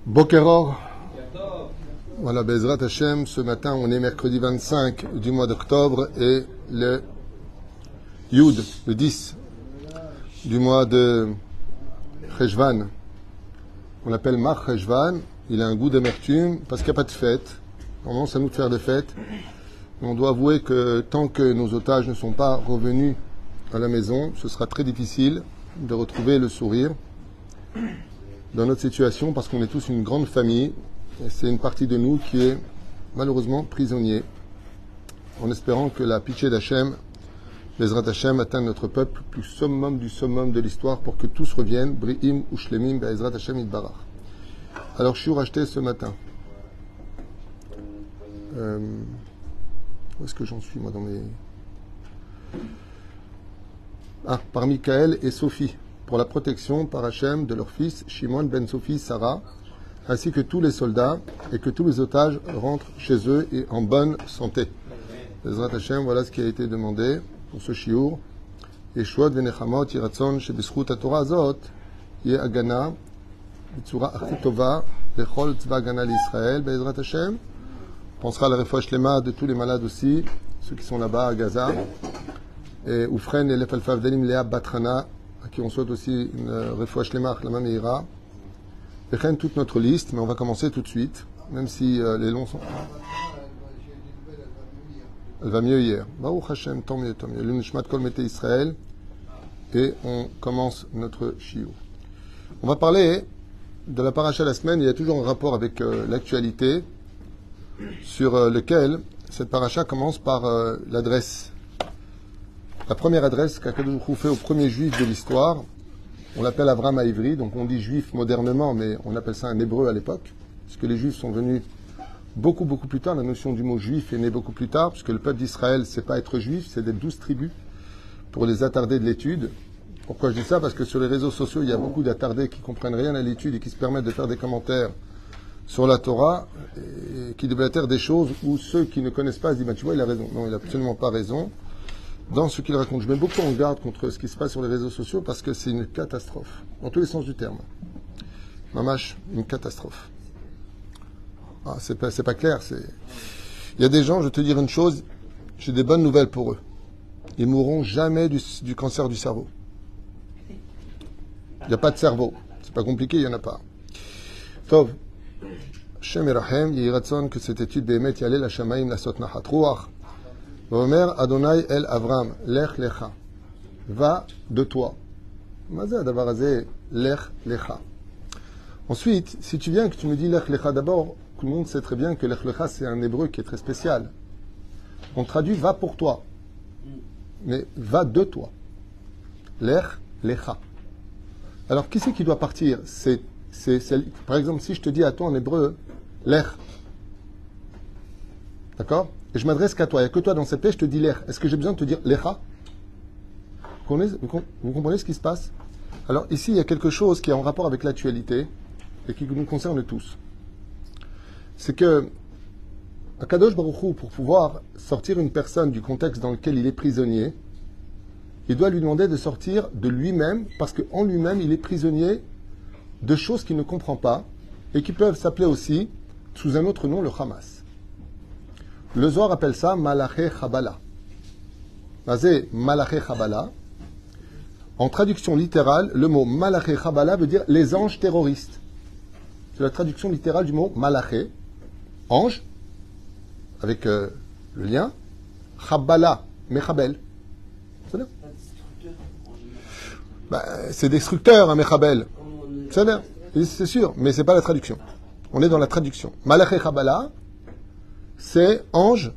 Bokeror. Voilà, Bezrat Hashem, ce matin on est mercredi 25 du mois d'octobre et le Yud, le 10 du mois de Cheshvan. On l'appelle Mar Cheshvan, il a un goût d'amertume parce qu'il n'y a pas de fête. Normalement c'est à nous de faire des fêtes. Mais on doit avouer que tant que nos otages ne sont pas revenus à la maison, ce sera très difficile de retrouver le sourire dans notre situation parce qu'on est tous une grande famille et c'est une partie de nous qui est malheureusement prisonnier, en espérant que la pitié d'Hachem, Bezrat Hashem, atteint notre peuple plus summum du summum de l'histoire pour que tous reviennent, Bri'im ou Shlemim, Bezrat Hashem Yitbarach. Alors je suis racheté ce matin. Où est-ce que j'en suis moi dans mes... par Michael et Sophie, pour la protection par Hachem de leur fils Shimon ben Sophie Sarah, ainsi que tous les soldats et que tous les otages rentrent chez eux et en bonne santé. Bezrat Hashem, voilà ce qui a été demandé pour ce shiur. Yeshuot venechamot yiratzon shebizchut haTorah azot yeh agana b'tzura achit tova lechol tzva agana l'Israël Bezrat Hashem. On pensera à la refouach shlema de tous les malades aussi, ceux qui sont là-bas à Gaza. Et Oufren et Lefalfav Delim Léa Batrana, à qui on souhaite aussi une refouach shlema achlama meira. Et toute notre liste, mais on va commencer tout de suite, même si les longs sont... Elle va mieux hier. Baruch Hashem, tant mieux, tant mieux. L'Unishmat Kol Mete Israël. Et on commence notre shiur. On va parler de la paracha de la semaine. Il y a toujours un rapport avec l'actualité, sur lequel cette paracha commence par l'adresse. La première adresse qu'Akadosh Baruch Hu fait au premier juif de l'histoire. On l'appelle Avram à Ivry, donc on dit juif modernement, mais on appelle ça un hébreu à l'époque, puisque les juifs sont venus beaucoup plus tard. La notion du mot juif est née beaucoup plus tard, puisque le peuple d'Israël, c'est pas être juif, c'est d'être 12 tribus, pour les attardés de l'étude. Pourquoi je dis ça? Parce que sur les réseaux sociaux, il y a beaucoup d'attardés qui comprennent rien à l'étude et qui se permettent de faire des commentaires sur la Torah, et qui déblatèrent des choses où ceux qui ne connaissent pas se disent, bah, tu vois, il a raison. Non, il n'a absolument pas raison. Dans ce qu'il raconte. Je mets beaucoup en garde contre ce qui se passe sur les réseaux sociaux parce que c'est une catastrophe, dans tous les sens du terme. Mamache, une catastrophe. Ah, c'est pas clair. Il y a des gens, je vais te dire une chose, j'ai des bonnes nouvelles pour eux. Ils mourront jamais du cancer du cerveau. Il n'y a pas de cerveau. C'est pas compliqué, il n'y en a pas. Tov. Shem Erahem, Yiratzon, que cette étude Behemet Yaleh la Shamaim la Sot Nachat Ruach. Omer Adonai el Avram, lech lecha, va de toi. Mazé d'avarazé, lech lecha. Ensuite, si tu viens et que tu me dis lech lecha d'abord, tout le monde sait très bien que lech lecha c'est un hébreu qui est très spécial. On traduit va pour toi, mais va de toi. Lech lecha. Alors qui c'est qui doit partir? C'est par exemple si je te dis à toi en hébreu lech, d'accord? Et je m'adresse qu'à toi. Il n'y a que toi dans cette paix, je te dis l'air. Est-ce que j'ai besoin de te dire lecha? Vous comprenez ce qui se passe? Alors ici, il y a quelque chose qui est en rapport avec l'actualité et qui nous concerne tous. C'est que Akadosh Baruch Hu, pour pouvoir sortir une personne du contexte dans lequel il est prisonnier, il doit lui demander de sortir de lui-même, parce qu'en lui-même, il est prisonnier de choses qu'il ne comprend pas et qui peuvent s'appeler aussi, sous un autre nom, le Hamas. Le Zohar appelle ça Malaché Chabala. Mazé Malaché Chabala. En traduction littérale, le mot Malaché Chabala veut dire les anges terroristes. C'est la traduction littérale du mot Malaché, ange, avec le lien, Chabala, Mechabel. C'est destructeur, un Mechabel. C'est sûr, mais c'est pas la traduction. On est dans la traduction. Malaché Chabala, c'est ange.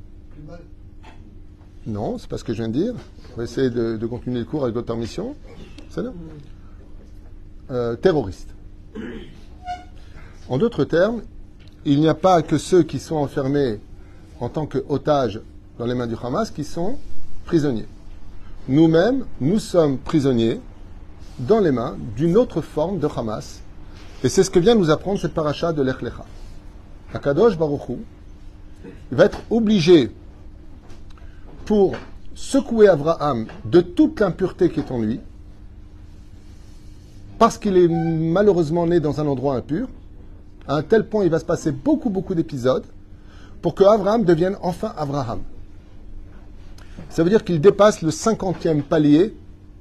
Non, c'est pas ce que je viens de dire. On va essayer de continuer le cours avec votre permission. C'est là. Terroriste. En d'autres termes, il n'y a pas que ceux qui sont enfermés en tant qu'otages dans les mains du Hamas qui sont prisonniers. Nous-mêmes, nous sommes prisonniers dans les mains d'une autre forme de Hamas. Et c'est ce que vient nous apprendre cette paracha de Lech Lecha. Akadosh Baruch Hu, il va être obligé, pour secouer Abraham de toute l'impureté qui est en lui, parce qu'il est malheureusement né dans un endroit impur, À un tel point, il va se passer beaucoup, beaucoup d'épisodes pour que Abraham devienne enfin Abraham. Ça veut dire qu'il dépasse le 50e palier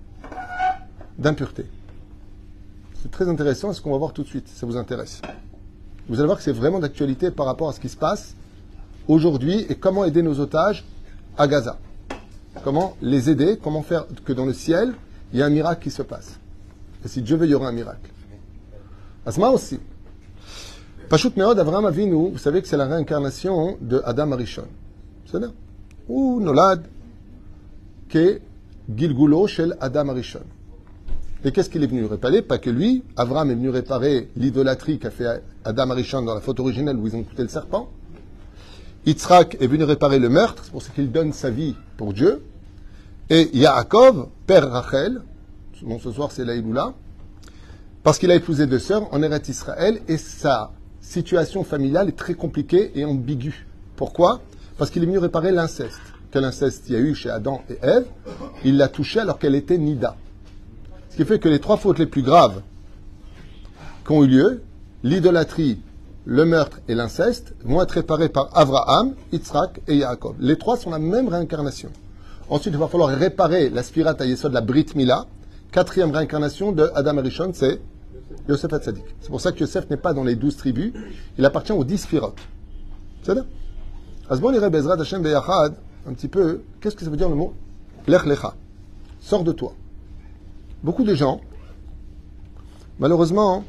d'impureté. C'est très intéressant, c'est ce qu'on va voir tout de suite, si ça vous intéresse. Vous allez voir que c'est vraiment d'actualité par rapport à ce qui se passe aujourd'hui et comment aider nos otages à Gaza. Comment les aider, comment faire que dans le ciel, il y a un miracle qui se passe. Et si Dieu veut, il y aura un miracle. Asma aussi. Pashut Meod, Avraham Avinu, vous savez que c'est la réincarnation de Adam Arishon. C'est ça? Ou Nolad, que Gilgulo shel Adam Arishon. Et qu'est-ce qu'il est venu réparer? Pas que lui. Avraham est venu réparer l'idolâtrie qu'a fait Adam Arishon dans la faute originelle où ils ont coûté le serpent. Yitzhak est venu réparer le meurtre, c'est pour ça qu'il donne sa vie pour Dieu. Et Yaakov, père Rachel, bon, ce soir c'est l'Aïloula, parce qu'il a épousé deux sœurs en Eretz Israël et sa situation familiale est très compliquée et ambiguë. Pourquoi? Parce qu'il est venu réparer l'inceste. Quel inceste il y a eu chez Adam et Ève? Il l'a touchée alors qu'elle était Nida. Ce qui fait que les trois fautes les plus graves qui ont eu lieu, l'idolâtrie, le meurtre et l'inceste, vont être réparés par Avraham, Yitzhak et Yaakov. Les trois sont la même réincarnation. Ensuite, il va falloir réparer la spirate à Yesod, la Brit Mila. Quatrième réincarnation de Adam Arishon, c'est Yosef Hatzadik. C'est pour ça que Yosef n'est pas dans les 12 tribus. Il appartient aux 10 sphirotes. C'est ça? Asbon irait Bezrat Hashem Beyachad, un petit peu, qu'est-ce que ça veut dire le mot Lech Lecha. Sors de toi. Beaucoup de gens, malheureusement,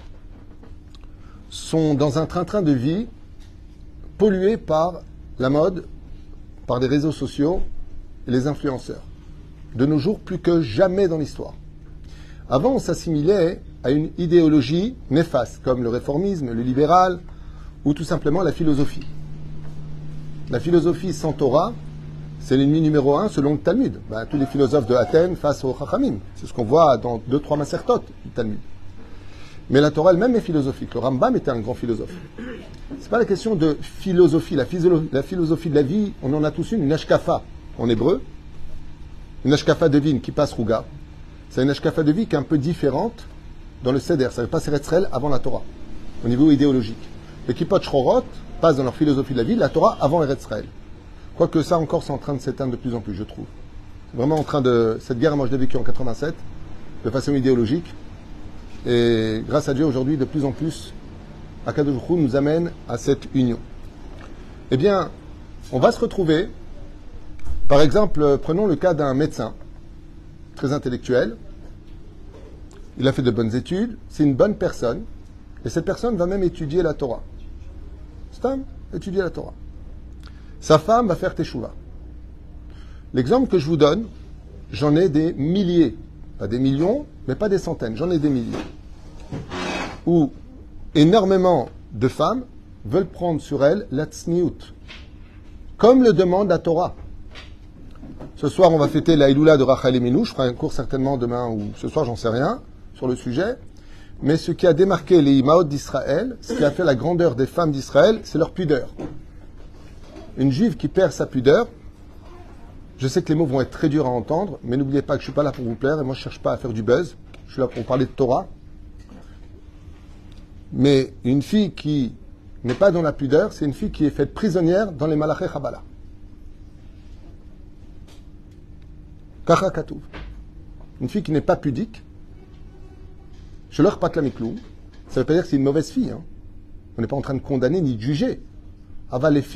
sont dans un train-train de vie pollué par la mode, par les réseaux sociaux et les influenceurs. De nos jours, plus que jamais dans l'histoire. Avant, on s'assimilait à une idéologie néfaste, comme le réformisme, le libéral, ou tout simplement la philosophie. La philosophie sans Torah, c'est l'ennemi numéro 1 selon le Talmud. Tous les philosophes de Athènes face aux Chachamim. C'est ce qu'on voit dans 2-3 Masertot du Talmud. Mais la Torah elle-même est philosophique. Le Rambam était un grand philosophe. C'est pas la question de philosophie. La philosophie de la vie, on en a tous une ashkafa en hébreu. Une ashkafa divine qui passe Rouga. C'est une ashkafa de vie qui est un peu différente dans le Seder. Ça ne veut pas Eretz avant la Torah, au niveau idéologique. Le Kippot Shchorot passe dans leur philosophie de la vie, la Torah avant Eretz Israël. Quoique ça encore, c'est en train de s'éteindre de plus en plus, je trouve. C'est vraiment en train de... Cette guerre, moi je l'ai vécue en 87, de façon idéologique. Et grâce à Dieu, aujourd'hui, de plus en plus, Akadosh Baruch Hu nous amène à cette union. Eh bien, on va se retrouver, par exemple, prenons le cas d'un médecin, très intellectuel. Il a fait de bonnes études, c'est une bonne personne, et cette personne va même étudier la Torah. C'est un étudier la Torah. Sa femme va faire teshuva. L'exemple que je vous donne, j'en ai des milliers, pas des millions, mais pas des centaines, j'en ai des milliers, où énormément de femmes veulent prendre sur elles la tsniout, comme le demande la Torah. Ce soir, on va fêter la Iloula de Rachel Eminu. Je ferai un cours certainement demain ou ce soir, j'en sais rien, sur le sujet. Mais ce qui a démarqué les Imaot d'Israël, ce qui a fait la grandeur des femmes d'Israël, c'est leur pudeur. Une juive qui perd sa pudeur, je sais que les mots vont être très durs à entendre, mais n'oubliez pas que je ne suis pas là pour vous plaire et moi je ne cherche pas à faire du buzz. Je suis là pour parler de Torah. Mais une fille qui n'est pas dans la pudeur, c'est une fille qui est faite prisonnière dans les Malaché Chabala. Kacha Katouv. Une fille qui n'est pas pudique, je leur pas clamikloum, ça ne veut pas dire que c'est une mauvaise fille. Hein. On n'est pas en train de condamner ni de juger. Je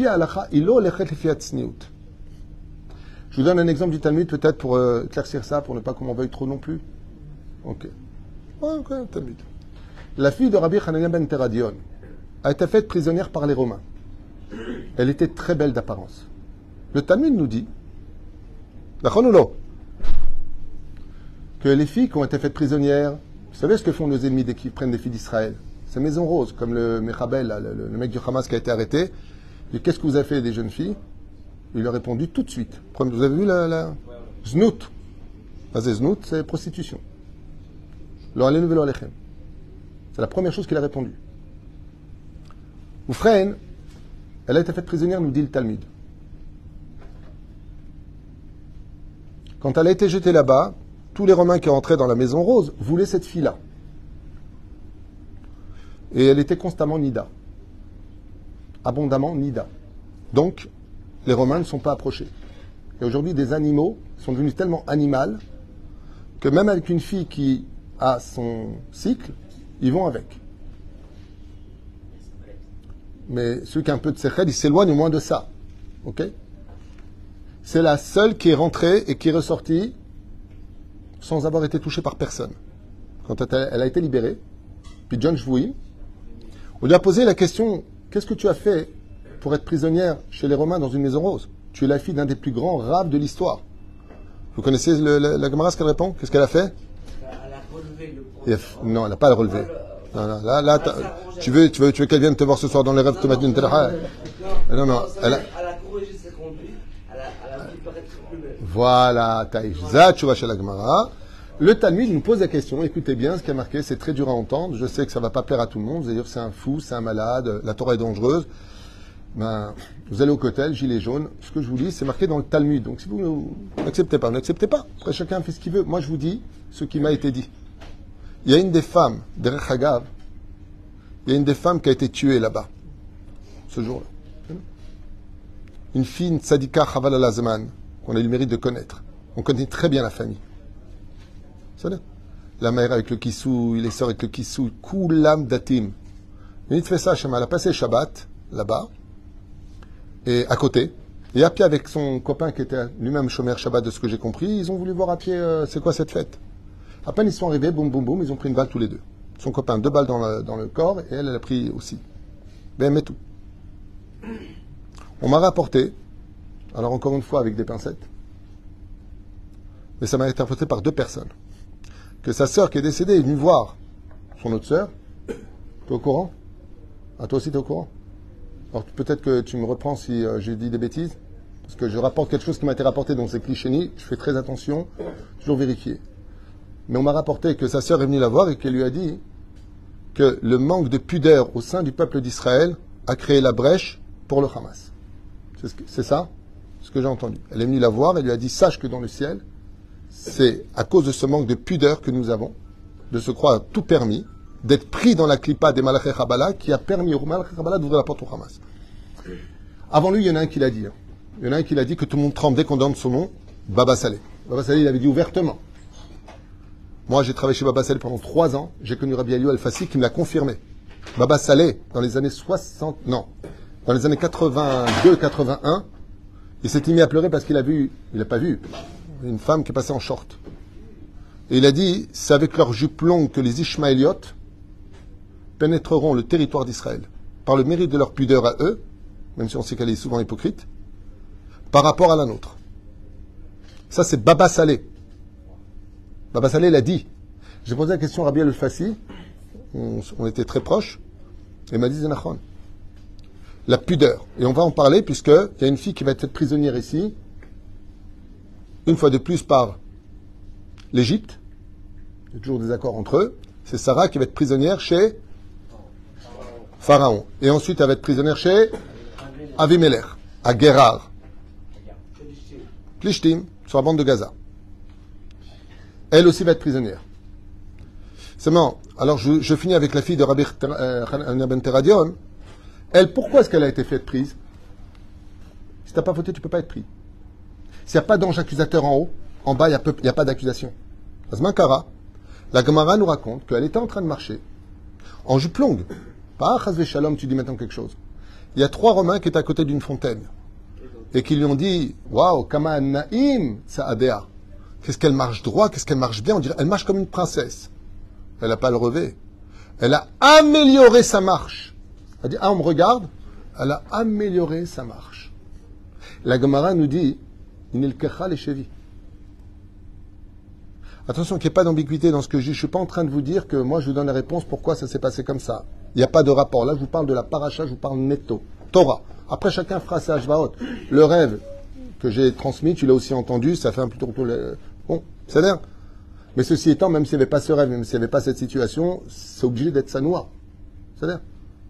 vous donne un exemple du Talmud, peut-être pour éclaircir ça, pour ne pas qu'on m'en veuille trop non plus. Ok. Ok, Talmud. La fille de Rabbi Hanania ben Teradion a été faite prisonnière par les Romains. Elle était très belle d'apparence. Le Talmud nous dit, que les filles qui ont été faites prisonnières, vous savez ce que font nos ennemis dès qu'ils prennent des filles d'Israël? C'est Maison Rose, comme le Mechabel, le mec du Hamas qui a été arrêté. Et qu'est-ce que vous avez fait des jeunes filles? Il leur a répondu tout de suite. Vous avez vu la Znout. Znout, c'est prostitution. C'est la première chose qu'il a répondu. Oufren, elle a été faite prisonnière, nous dit le Talmud. Quand elle a été jetée là-bas, tous les Romains qui rentraient dans la Maison Rose voulaient cette fille-là. Et elle était constamment nida. abondamment Nida. Donc, les Romains ne sont pas approchés. Et aujourd'hui, des animaux sont devenus tellement animaux que même avec une fille qui a son cycle, ils vont avec. Mais celui qui a un peu de séchel, il s'éloigne au moins de ça. Ok? C'est la seule qui est rentrée et qui est ressortie sans avoir été touchée par personne. Quand elle a été libérée, puis John Shvouim, on lui a posé la question, qu'est-ce que tu as fait pour être prisonnière chez les Romains dans une maison rose? Tu es la fille d'un des plus grands rabbes de l'histoire. Vous connaissez la Gemara, ce qu'elle répond? Qu'est-ce qu'elle a fait? Elle a relevé le point. Non, elle n'a pas à le relever. Non, là, tu veux qu'elle vienne te voir ce soir dans les rêves, te mettre une telaha? Non, elle a corrigé ses conduites, elle a voulu paraître plus belle. Voilà, Taïch. Ça, tu vas chez la Gemara. Le Talmud nous pose la question, écoutez bien ce qui est marqué, c'est très dur à entendre, je sais que ça ne va pas plaire à tout le monde, vous allez dire c'est un fou, c'est un malade, la Torah est dangereuse. Ben, vous allez au Kotel, gilet jaune, ce que je vous dis, c'est marqué dans le Talmud. Donc si vous n'acceptez pas, n'acceptez pas. Après, chacun fait ce qu'il veut. Moi, je vous dis ce qui m'a été dit. Il y a une des femmes, Derech Hagav, il y a une des femmes qui a été tuée là-bas, ce jour-là. Une fille, une tzadika Chaval al-Azman, qu'on a eu le mérite de connaître. On connaît très bien la famille. C'est ça? La mère avec le kissou, les sœurs avec le kissou, Kulam Datim. Une fait ça, elle a passé Shabbat, là-bas, et à côté, et à pied avec son copain qui était lui-même chômeur Shabbat, de ce que j'ai compris, ils ont voulu voir à pied c'est quoi cette fête. À peine ils sont arrivés, boum boum boum, ils ont pris une balle tous les deux. Son copain 2 balles dans le corps, et elle a pris aussi. Ben mais tout. On m'a rapporté, alors encore une fois avec des pincettes, mais ça m'a été rapporté par 2 personnes, que sa sœur qui est décédée est venue voir son autre sœur. T'es au courant? Ah, toi aussi t'es au courant? Alors peut-être que tu me reprends si j'ai dit des bêtises, parce que je rapporte quelque chose qui m'a été rapporté, donc c'est cliché, je fais très attention, toujours vérifier. Mais on m'a rapporté que sa sœur est venue la voir et qu'elle lui a dit que le manque de pudeur au sein du peuple d'Israël a créé la brèche pour le Hamas. C'est ça ce que j'ai entendu. Elle est venue la voir, elle lui a dit, sache que dans le ciel, c'est à cause de ce manque de pudeur que nous avons, de se croire tout permis, d'être pris dans la clipa des Malaché Chabala qui a permis au Malaché Chabala d'ouvrir la porte au Hamas. Avant lui, il y en a un qui l'a dit. Il y en a un qui l'a dit que tout le monde tremble dès qu'on donne son nom, Baba Saleh. Baba Saleh, il avait dit ouvertement. Moi, j'ai travaillé chez Baba Saleh pendant 3 ans. J'ai connu Rabbi Eliyahu Al-Fassi qui me l'a confirmé. Baba Saleh, dans les années 60, non, dans les années 82-81, il s'était mis à pleurer parce qu'il a vu, il n'a pas vu, une femme qui est passée en short. Et il a dit, c'est avec leur jupe longue que les Ishmaéliotes pénétreront le territoire d'Israël, par le mérite de leur pudeur à eux, même si on sait qu'elle est souvent hypocrite, par rapport à la nôtre. Ça, c'est Baba Saleh. Baba Saleh l'a dit. J'ai posé la question à Rabbi Al-Fassi, on était très proches, et il m'a dit, Zenachon. La pudeur. Et on va en parler, puisqu'il y a une fille qui va être prisonnière ici, une fois de plus par l'Égypte. Il y a toujours des accords entre eux. C'est Sarah qui va être prisonnière chez Pharaon. Et ensuite, elle va être prisonnière chez Avimelech, à Guérar. Plishtim, sur la bande de Gaza. Elle aussi va être prisonnière. Seulement, alors je finis avec la fille de Rabbi Hanina ben Teradion. Elle, pourquoi est-ce qu'elle a été faite prise? Si tu n'as pas voté, tu ne peux pas être pris. S'il n'y a pas d'ange accusateur en haut, en bas, il n'y a pas d'accusation. Azmankara, la Gemara nous raconte qu'elle était en train de marcher en jupe longue. Pas Chazvé Shalom, tu dis maintenant quelque chose. Il y a 3 Romains qui étaient à côté d'une fontaine et qui lui ont dit waouh, Kama Naïm Saadea. Qu'est-ce qu'elle marche droit, qu'est-ce qu'elle marche bien? On dirait, elle marche comme une princesse. Elle n'a pas le relevé. Elle a amélioré sa marche. Elle dit, on me regarde. Elle a amélioré sa marche. La Gemara nous dit, Inilkecha les chevilles. Attention qu'il n'y ait pas d'ambiguïté dans ce que je dis. Je ne suis pas en train de vous dire que moi je vous donne la réponse pourquoi ça s'est passé comme ça. Il n'y a pas de rapport. Là, je vous parle de la paracha, je vous parle netto. Torah. Après, chacun fera sa hashvaot. Le rêve que j'ai transmis, tu l'as aussi entendu, ça fait un plutôt... Bon, c'est-à-dire. Mais ceci étant, même s'il n'y avait pas ce rêve, même s'il n'y avait pas cette situation, c'est obligé d'être sanoua. C'est-à-dire.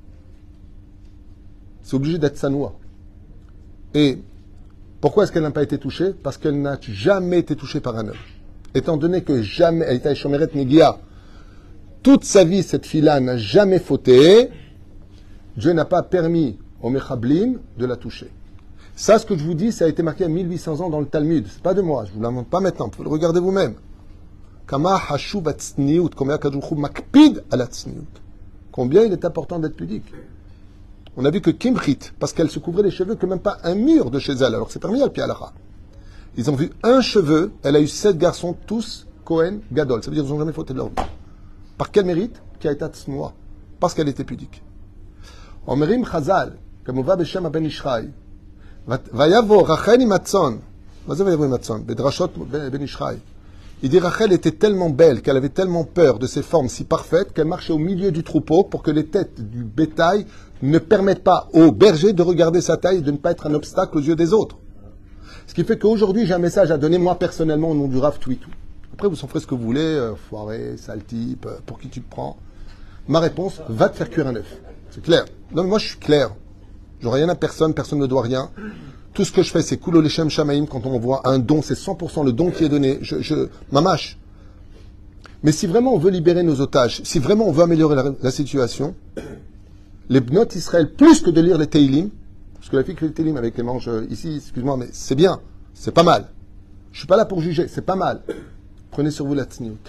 C'est obligé d'être sanoua. Et pourquoi est-ce qu'elle n'a pas été touchée? Parce qu'elle n'a jamais été touchée par un homme. Étant donné que jamais, elle était Shomeret Negia, toute sa vie, cette fille-là n'a jamais fauté, Dieu n'a pas permis aux Mechablim de la toucher. Ça, ce que je vous dis, ça a été marqué à 1800 ans dans le Talmud. C'est pas de moi, je vous l'invente pas maintenant, vous pouvez le regarder vous-même. Kama hashu batsniout, combien kadjouchou makpid à la tsniout. Combien il est important d'être pudique. On a vu que Kimrit, parce qu'elle se couvrait les cheveux, que même pas un mur de chez elle, alors que c'est permis à pied à Ils ont vu un cheveu, elle a eu 7 garçons, tous Cohen Gadol. Ça veut dire qu'ils n'ont jamais fauté de leur vie. Par quel mérite? Qui a été tsnoa. Parce qu'elle était pudique. Omerim Chazal, comme on va Beshem Ben Ishraï, Vayavo Rachel Imatzon, Vayavo Imatzon, Bedrashot Ben Ishraï. Il dit Rachel était tellement belle, qu'elle avait tellement peur de ses formes si parfaites, qu'elle marchait au milieu du troupeau pour que les têtes du bétail ne permettent pas aux bergers de regarder sa taille et de ne pas être un obstacle aux yeux des autres. Ce qui fait qu'aujourd'hui, j'ai un message à donner, moi personnellement, au nom du Rav Twitou. Après, vous en ferez ce que vous voulez, foiré, sale type, pour qui tu te prends. Ma réponse, va te faire cuire un œuf. C'est clair. Donc moi, je suis clair. Je rien à personne, personne ne me doit rien. Tout ce que je fais, c'est Kulo Leshem Shamaim. Quand on voit un don, c'est 100% le don qui est donné. Mamache. Mais si vraiment on veut libérer nos otages, si vraiment on veut améliorer la situation, les Bnot Israël, plus que de lire les Teilim, parce que la fille qui fait les Teilim avec les manches ici, excuse-moi, mais c'est bien, c'est pas mal. Je suis pas là pour juger, c'est pas mal. Prenez sur vous la tsniout.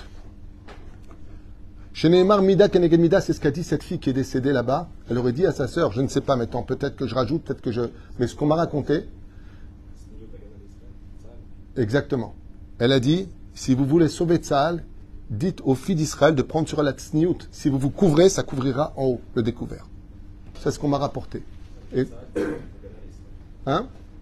Chez Nehemar Mida Keneged Mida, c'est ce qu'a dit cette fille qui est décédée là-bas. Elle aurait dit à sa sœur, je ne sais pas maintenant, peut-être que je rajoute, peut-être que je... Mais ce qu'on m'a raconté... Exactement. Elle a dit, si vous voulez sauver Tzahal, dites aux filles d'Israël de prendre sur la tsniout. Si vous vous couvrez, ça couvrira en haut, le découvert. C'est ce qu'on m'a rapporté. Et... Hein?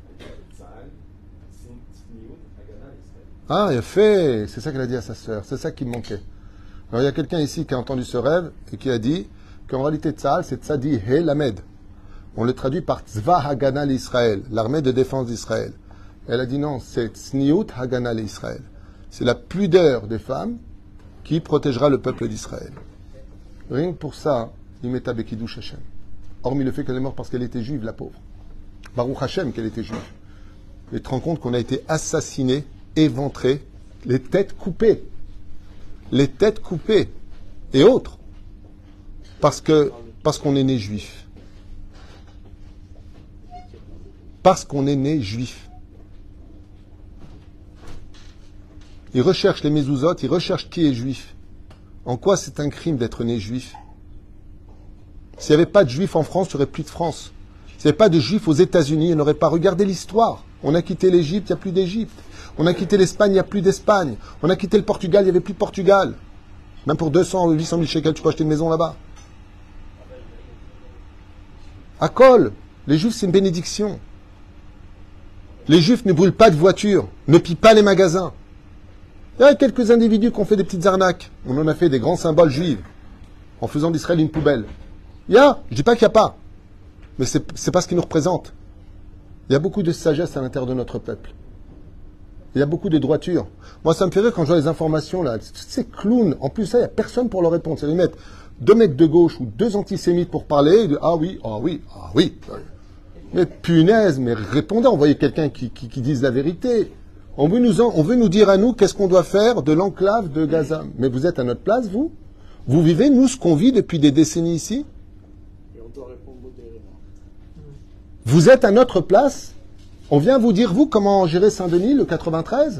Ah, il a fait. C'est ça qu'elle a dit à sa sœur. C'est ça qui me manquait. Alors, il y a quelqu'un ici qui a entendu ce rêve et qui a dit qu'en réalité, Tzahal, c'est Tzadi He Lamed. On le traduit par Tzva Hagana l'Israël, l'armée de défense d'Israël. Elle a dit non, c'est Tzniut Hagana l'Israël. C'est la pudeur des femmes qui protégera le peuple d'Israël. Rien que pour ça, il met Bekidush Hashem. Hormis le fait qu'elle est morte parce qu'elle était juive, la pauvre. Baruch Hashem qu'elle était juive. Et tu te rends compte qu'on a été assassinés, éventrés, les têtes coupées. Les têtes coupées. Et autres. Parce qu'on est né juif. Parce qu'on est né juif. Ils recherchent les mezuzot, ils recherchent qui est juif. En quoi c'est un crime d'être né juif? S'il n'y avait pas de juifs en France, il n'y aurait plus de France. S'il n'y avait pas de juifs aux États-Unis, il n'aurait pas regardé l'histoire. On a quitté l'Égypte, il n'y a plus d'Égypte. On a quitté l'Espagne, il n'y a plus d'Espagne. On a quitté le Portugal, il n'y avait plus de Portugal. Même pour 200 ou 800 000 shekels, tu peux acheter une maison là-bas. À Col, les juifs, c'est une bénédiction. Les juifs ne brûlent pas de voitures, ne pillent pas les magasins. Il y a quelques individus qui ont fait des petites arnaques. On en a fait des grands symboles juifs en faisant d'Israël une poubelle. Il y a, je ne dis pas qu'il n'y a pas, mais c'est pas ce qui nous représente. Il y a beaucoup de sagesse à l'intérieur de notre peuple. Il y a beaucoup de droiture. Moi, ça me fait rire quand je vois les informations, là. Ces clowns, en plus, ça, il n'y a personne pour leur répondre. C'est de mettre 2 mecs de gauche ou 2 antisémites pour parler. Et de, ah oui, ah oui, ah oui. Mais punaise, mais répondez, envoyez quelqu'un qui dise la vérité. On veut nous dire à nous qu'est-ce qu'on doit faire de l'enclave de Gaza. Mais vous êtes à notre place, vous? Vous vivez, nous, ce qu'on vit depuis des décennies ici? Et on doit répondre modérément. Vous êtes à notre place? On vient vous dire, vous, comment gérer Saint-Denis, le 93?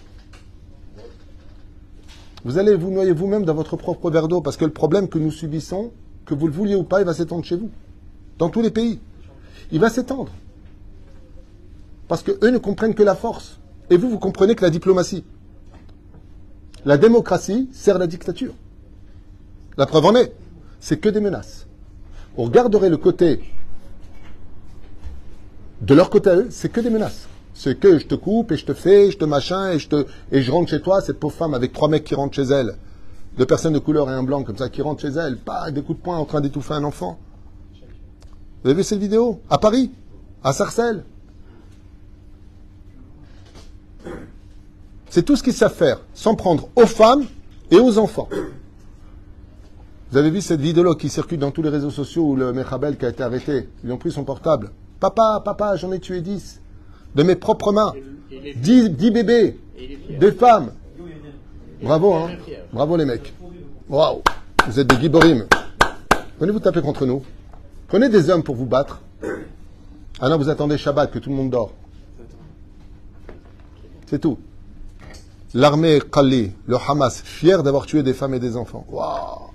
Vous allez vous noyer vous-même dans votre propre verre d'eau, parce que le problème que nous subissons, que vous le vouliez ou pas, il va s'étendre chez vous. Dans tous les pays. Il va s'étendre. Parce qu'eux ne comprennent que la force. Et vous comprenez que la diplomatie. La démocratie sert la dictature. La preuve en est, c'est que des menaces. On regarderait le côté de leur côté à eux, c'est que des menaces. C'est que je te coupe et je te fais, je te machin et je rentre chez toi, cette pauvre femme avec 3 mecs qui rentrent chez elle, 2 personnes de couleur et un blanc comme ça qui rentrent chez elle, pas des coups de poing en train d'étouffer un enfant. Vous avez vu cette vidéo? À Paris, à Sarcelles. C'est tout ce qu'ils savent faire, s'en prendre aux femmes et aux enfants. Vous avez vu cette vidéo qui circule dans tous les réseaux sociaux où le Mechabel qui a été arrêté, ils lui ont pris son portable. Papa, j'en ai tué 10. De mes propres mains. 10 bébés. Des femmes. Bravo, hein. Bravo les mecs. Waouh. Vous êtes des giborim. Venez vous taper contre nous. Prenez des hommes pour vous battre. Ah non, vous attendez Shabbat, que tout le monde dort. C'est tout. L'armée Qalli, le Hamas, fier d'avoir tué des femmes et des enfants. Waouh.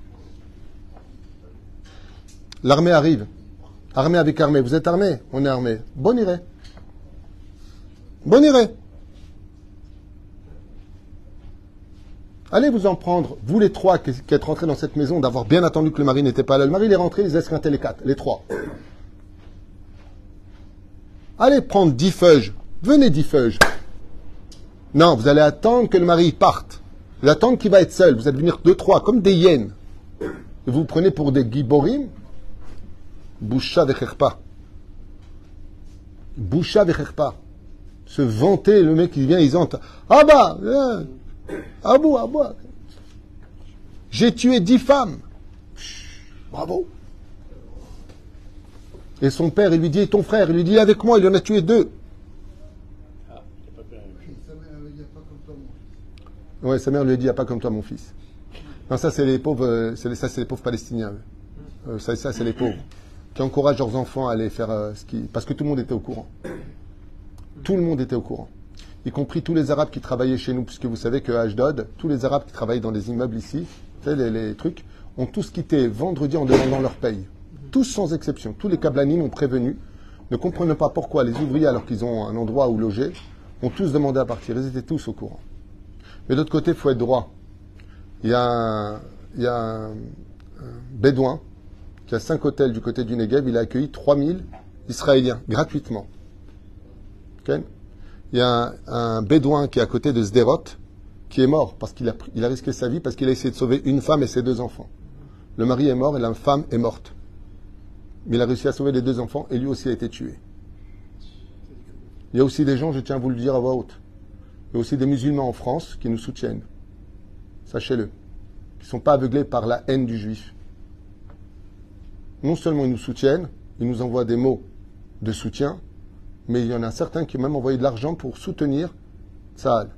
L'armée arrive. Armée avec armée. Vous êtes armé? On est armé. Bon iré. Bon iré. Allez vous en prendre, vous les trois qui êtes rentrés dans cette maison, d'avoir bien attendu que le mari n'était pas là. Le mari il est rentré, ils esquintaient les quatre, les trois. Allez prendre 10 feuilles. Venez 10 feuilles. Non, vous allez attendre que le mari parte. Vous allez attendre qu'il va être seul. Vous allez venir 2-3, comme des hyènes. Et vous vous prenez pour des giborim. Boucha vechechpa. Boucha vechechpa. Se vanter, le mec qui vient, il entend. Ah bah, abou. J'ai tué 10 femmes. Bravo. Et son père, il lui dit, et ton frère, il lui dit, avec moi, il en a tué 2. Ouais, sa mère lui a dit, il n'y a pas comme toi, mon fils. Non, ça, c'est les pauvres, c'est les pauvres Palestiniens. Ça, c'est les pauvres. Qui encouragent leurs enfants à aller faire parce que tout le monde était au courant. Tout le monde était au courant. Y compris tous les Arabes qui travaillaient chez nous, puisque vous savez qu'à Ashdod, tous les Arabes qui travaillaient dans les immeubles ici, vous savez, les trucs, ont tous quitté vendredi en demandant leur paye. Tous sans exception. Tous les Kablanim ont prévenu, ne comprenant pas pourquoi les ouvriers, alors qu'ils ont un endroit où loger, ont tous demandé à partir. Ils étaient tous au courant. Mais d'autre côté, il faut être droit. Il y a un bédouin qui a 5 hôtels du côté du Negev. Il a accueilli 3000 Israéliens, gratuitement. Okay. Il y a un bédouin qui est à côté de Sderot, qui est mort parce qu'il a risqué sa vie, parce qu'il a essayé de sauver une femme et ses 2 enfants. Le mari est mort et la femme est morte. Mais il a réussi à sauver les 2 enfants et lui aussi a été tué. Il y a aussi des gens, je tiens à vous le dire à voix haute, il y a aussi des musulmans en France qui nous soutiennent. Sachez-le. Qui ne sont pas aveuglés par la haine du juif. Non seulement ils nous soutiennent, ils nous envoient des mots de soutien, mais il y en a certains qui ont même envoyé de l'argent pour soutenir Tsahal.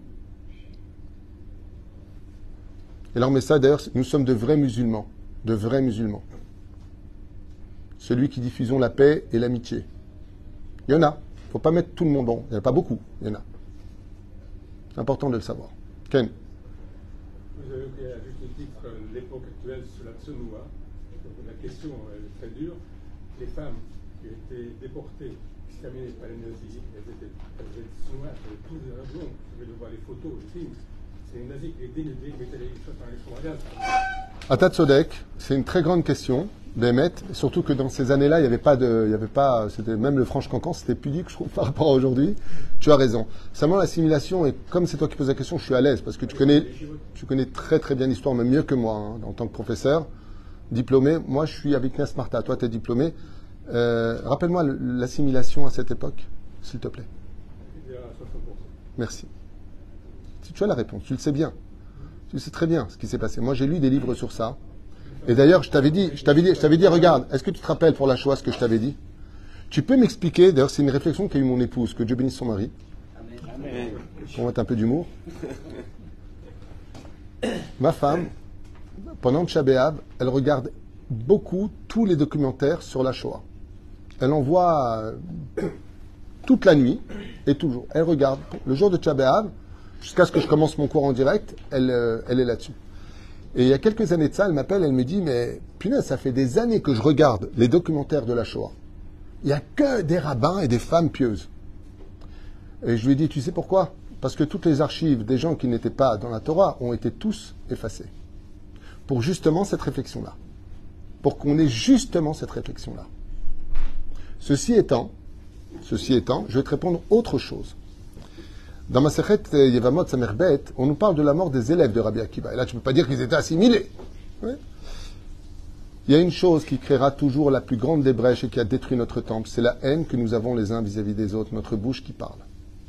Et leur message, d'ailleurs, nous sommes de vrais musulmans. De vrais musulmans. Celui qui diffusons la paix et l'amitié. Il y en a. Il ne faut pas mettre tout le monde en. Il n'y en a pas beaucoup. Il y en a. C'est important de le savoir. Ken. Vous avez évoqué à juste titre l'époque actuelle sur la Tsenoua. La question est très dure. Les femmes qui ont été déportées, exterminées par les nazis, elles étaient Tsenoua, elles avaient tous des raisons. Vous pouvez voir les photos, les films. C'est les nazis qui les dénudaient, qui mettaient les choses dans les chambres à gaz. Atat Sodek, c'est une très grande question, Bémet, surtout que dans ces années-là, il n'y avait pas, c'était même le Franche-Cancan, c'était pudique, je trouve, par rapport à aujourd'hui. Tu as raison. Seulement l'assimilation, et comme c'est toi qui poses la question, je suis à l'aise, parce que tu connais très très bien l'histoire, même mieux que moi, hein, en tant que professeur, diplômé. Moi, je suis avec Nas Marta, toi, tu es diplômé. Rappelle-moi l'assimilation à cette époque, s'il te plaît. Merci. Si tu as la réponse, tu le sais bien. Tu sais très bien ce qui s'est passé. Moi, j'ai lu des livres sur ça. Et d'ailleurs, je t'avais dit, regarde, est-ce que tu te rappelles pour la Shoah ce que je t'avais dit? Tu peux m'expliquer, d'ailleurs, c'est une réflexion qu'a eu mon épouse, que Dieu bénisse son mari. Amen. Pour mettre un peu d'humour. Ma femme, pendant Tisha B'Av, elle regarde beaucoup tous les documentaires sur la Shoah. Elle en voit toute la nuit et toujours. Elle regarde le jour de Tisha B'Av, jusqu'à ce que je commence mon cours en direct, elle est là-dessus. Et il y a quelques années de ça, elle m'appelle, elle me dit, mais punaise, ça fait des années que je regarde les documentaires de la Shoah. Il n'y a que des rabbins et des femmes pieuses. Et je lui ai dit, tu sais pourquoi? Parce que toutes les archives des gens qui n'étaient pas dans la Torah ont été tous effacées. Pour justement cette réflexion-là. Pour qu'on ait justement cette réflexion-là. Ceci étant, je vais te répondre autre chose. Dans ma Sechet Yevamot Samerbet, on nous parle de la mort des élèves de Rabbi Akiva. Et là, tu ne peux pas dire qu'ils étaient assimilés. Oui. Il y a une chose qui créera toujours la plus grande des brèches et qui a détruit notre temple, c'est la haine que nous avons les uns vis-à-vis des autres, notre bouche qui parle.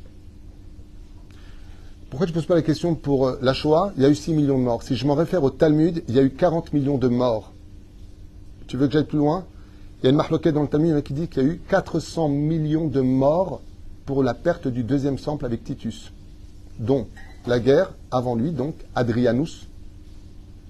Pourquoi tu ne poses pas la question pour la Shoah? Il y a eu 6 millions de morts. Si je m'en réfère au Talmud, il y a eu 40 millions de morts. Tu veux que j'aille plus loin? Il y a une marloquette dans le Talmud qui dit qu'il y a eu 400 millions de morts pour la perte du 2e temple avec Titus, dont la guerre, avant lui, donc Adrianus,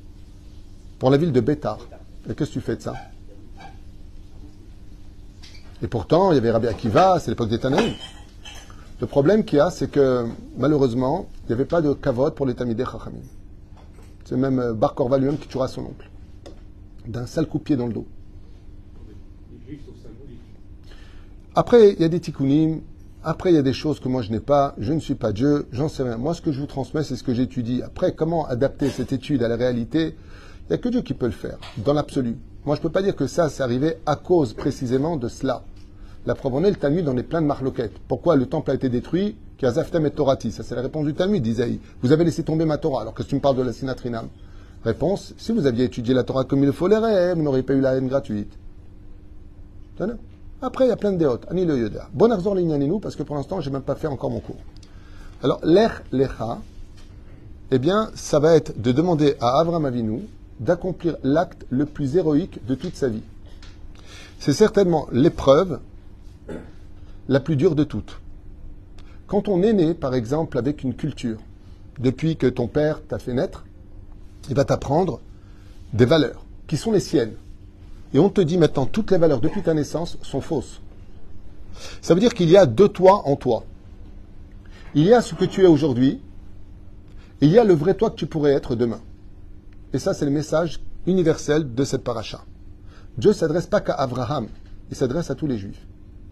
pour la ville de Bétar. Et qu'est-ce que tu fais de ça? Et pourtant, il y avait Rabbi Akiva, c'est l'époque des Tanaïm. Le problème qu'il y a, c'est que malheureusement, il n'y avait pas de kavod pour les Tamidei Chachamim. C'est même Bar Korva lui-même qui tuera son oncle. D'un sale coup de pied dans le dos. Les juifs sont symboliques. Après, il y a des tikkunim. Après, il y a des choses que moi je n'ai pas. Je ne suis pas Dieu. J'en sais rien. Moi, ce que je vous transmets, c'est ce que j'étudie. Après, comment adapter cette étude à la réalité? Il n'y a que Dieu qui peut le faire, dans l'absolu. Moi, je ne peux pas dire que ça, c'est arrivé à cause précisément de cela. La preuve en est, le Talmud en est plein de marloquettes. Pourquoi le temple a été détruit? Kiazaftem et Torati. Ça, c'est la réponse du Talmud, d'Isaïe. Vous avez laissé tomber ma Torah. Alors que tu me parles de la Sinatrinam. Réponse, si vous aviez étudié la Torah comme il le faut, vous n'auriez pas eu la haine gratuite. Après, il y a plein de déotes. Ani le yoda. Bon arzor l'inyaninu, parce que pour l'instant, je n'ai même pas fait encore mon cours. Alors, l'ech lecha, eh bien, ça va être de demander à Avram Avinu d'accomplir l'acte le plus héroïque de toute sa vie. C'est certainement l'épreuve la plus dure de toutes. Quand on est né, par exemple, avec une culture, depuis que ton père t'a fait naître, il va t'apprendre des valeurs qui sont les siennes. Et on te dit maintenant, toutes les valeurs depuis ta naissance sont fausses. Ça veut dire qu'il y a deux toi en toi. Il y a ce que tu es aujourd'hui, et il y a le vrai toi que tu pourrais être demain. Et ça, c'est le message universel de cette paracha. Dieu ne s'adresse pas qu'à Abraham, il s'adresse à tous les juifs.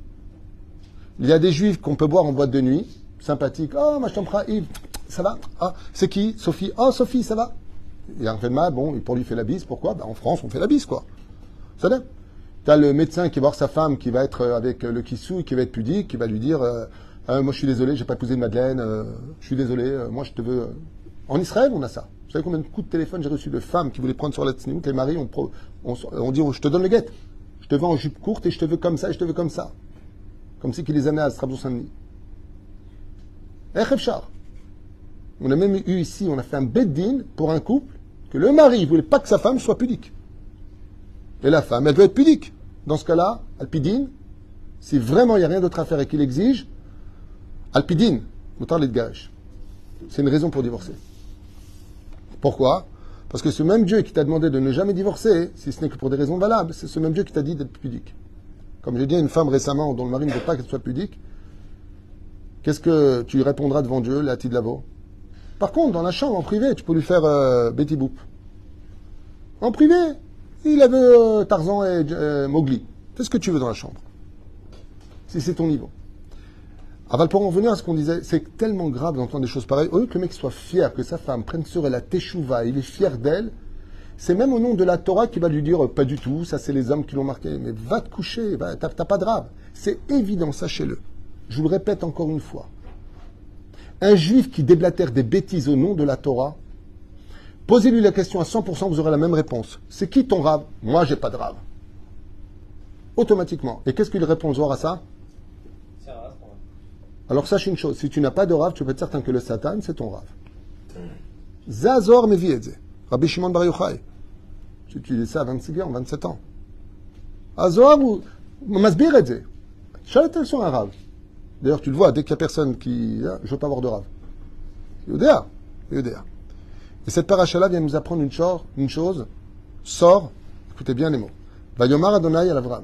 Il y a des juifs qu'on peut boire en boîte de nuit, sympathiques. Oh, ma chambre, Yves, ça va? Ah, c'est qui? Sophie. Oh, Sophie, ça va? Il y a un fait de mal, bon, pour lui fait la bise. Pourquoi? En France, on fait la bise, quoi. Ça va? Tu as le médecin qui va voir sa femme, qui va être avec le kissou, qui va être pudique, qui va lui dire moi, je suis désolé, j'ai pas épousé Madeleine, je suis désolé, moi, je te veux. En Israël, on a ça. Vous savez combien de coups de téléphone j'ai reçu de femmes qui voulaient prendre sur la tsniout? Les maris, on dit je te donne le guet. Je te veux en jupe courte et je te veux comme ça et je te veux comme ça. Comme si qu'il les amenait à Strasbourg Saint-Denis. On a même eu ici, on a fait un bed-din pour un couple que le mari ne voulait pas que sa femme soit pudique. Et la femme, elle veut être pudique. Dans ce cas-là, alpidine, si vraiment il n'y a rien d'autre à faire et qu'il exige, alpidine, moutar les gage. C'est une raison pour divorcer. Pourquoi? Parce que ce même Dieu qui t'a demandé de ne jamais divorcer, si ce n'est que pour des raisons valables, c'est ce même Dieu qui t'a dit d'être pudique. Comme j'ai dit à une femme récemment dont le mari ne veut pas qu'elle soit pudique, qu'est-ce que tu lui répondras devant Dieu, la Tidlavo? Par contre, dans la chambre, en privé, tu peux lui faire Betty Boop. En privé, il avait Tarzan et Mowgli. Fais ce que tu veux dans la chambre. Si c'est ton niveau. Aval, pour en revenir à ce qu'on disait, c'est tellement grave d'entendre des choses pareilles. Au lieu que le mec soit fier, que sa femme prenne sur elle la teshuva, il est fier d'elle, c'est même au nom de la Torah qui va lui dire pas du tout, ça c'est les hommes qui l'ont marqué. Mais va te coucher, t'as pas de rave. C'est évident, sachez-le. Je vous le répète encore une fois. Un juif qui déblatère des bêtises au nom de la Torah, posez-lui la question à 100%, vous aurez la même réponse. C'est qui ton rave? Moi, j'ai pas de rave. Automatiquement. Et qu'est-ce qu'il répond à ça? C'est un rave. Alors sache une chose, si tu n'as pas de rave, tu peux être certain que le Satan, c'est ton rave. Zazor meviedze. Rabbi Shimon Bar Yochai. Tu dis ça à 26 ans, 27 ans. Azor ou Masbir edze. Chalet sur un rave. D'ailleurs, tu le vois, dès qu'il y a personne qui... je veux pas avoir de rave. Yodéa. Et cette paracha-là vient nous apprendre une chose. Sors, écoutez bien les mots. Vayomar Adonai al Avram.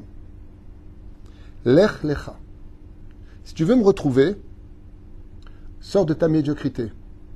Lech lecha. Si tu veux me retrouver, sors de ta médiocrité.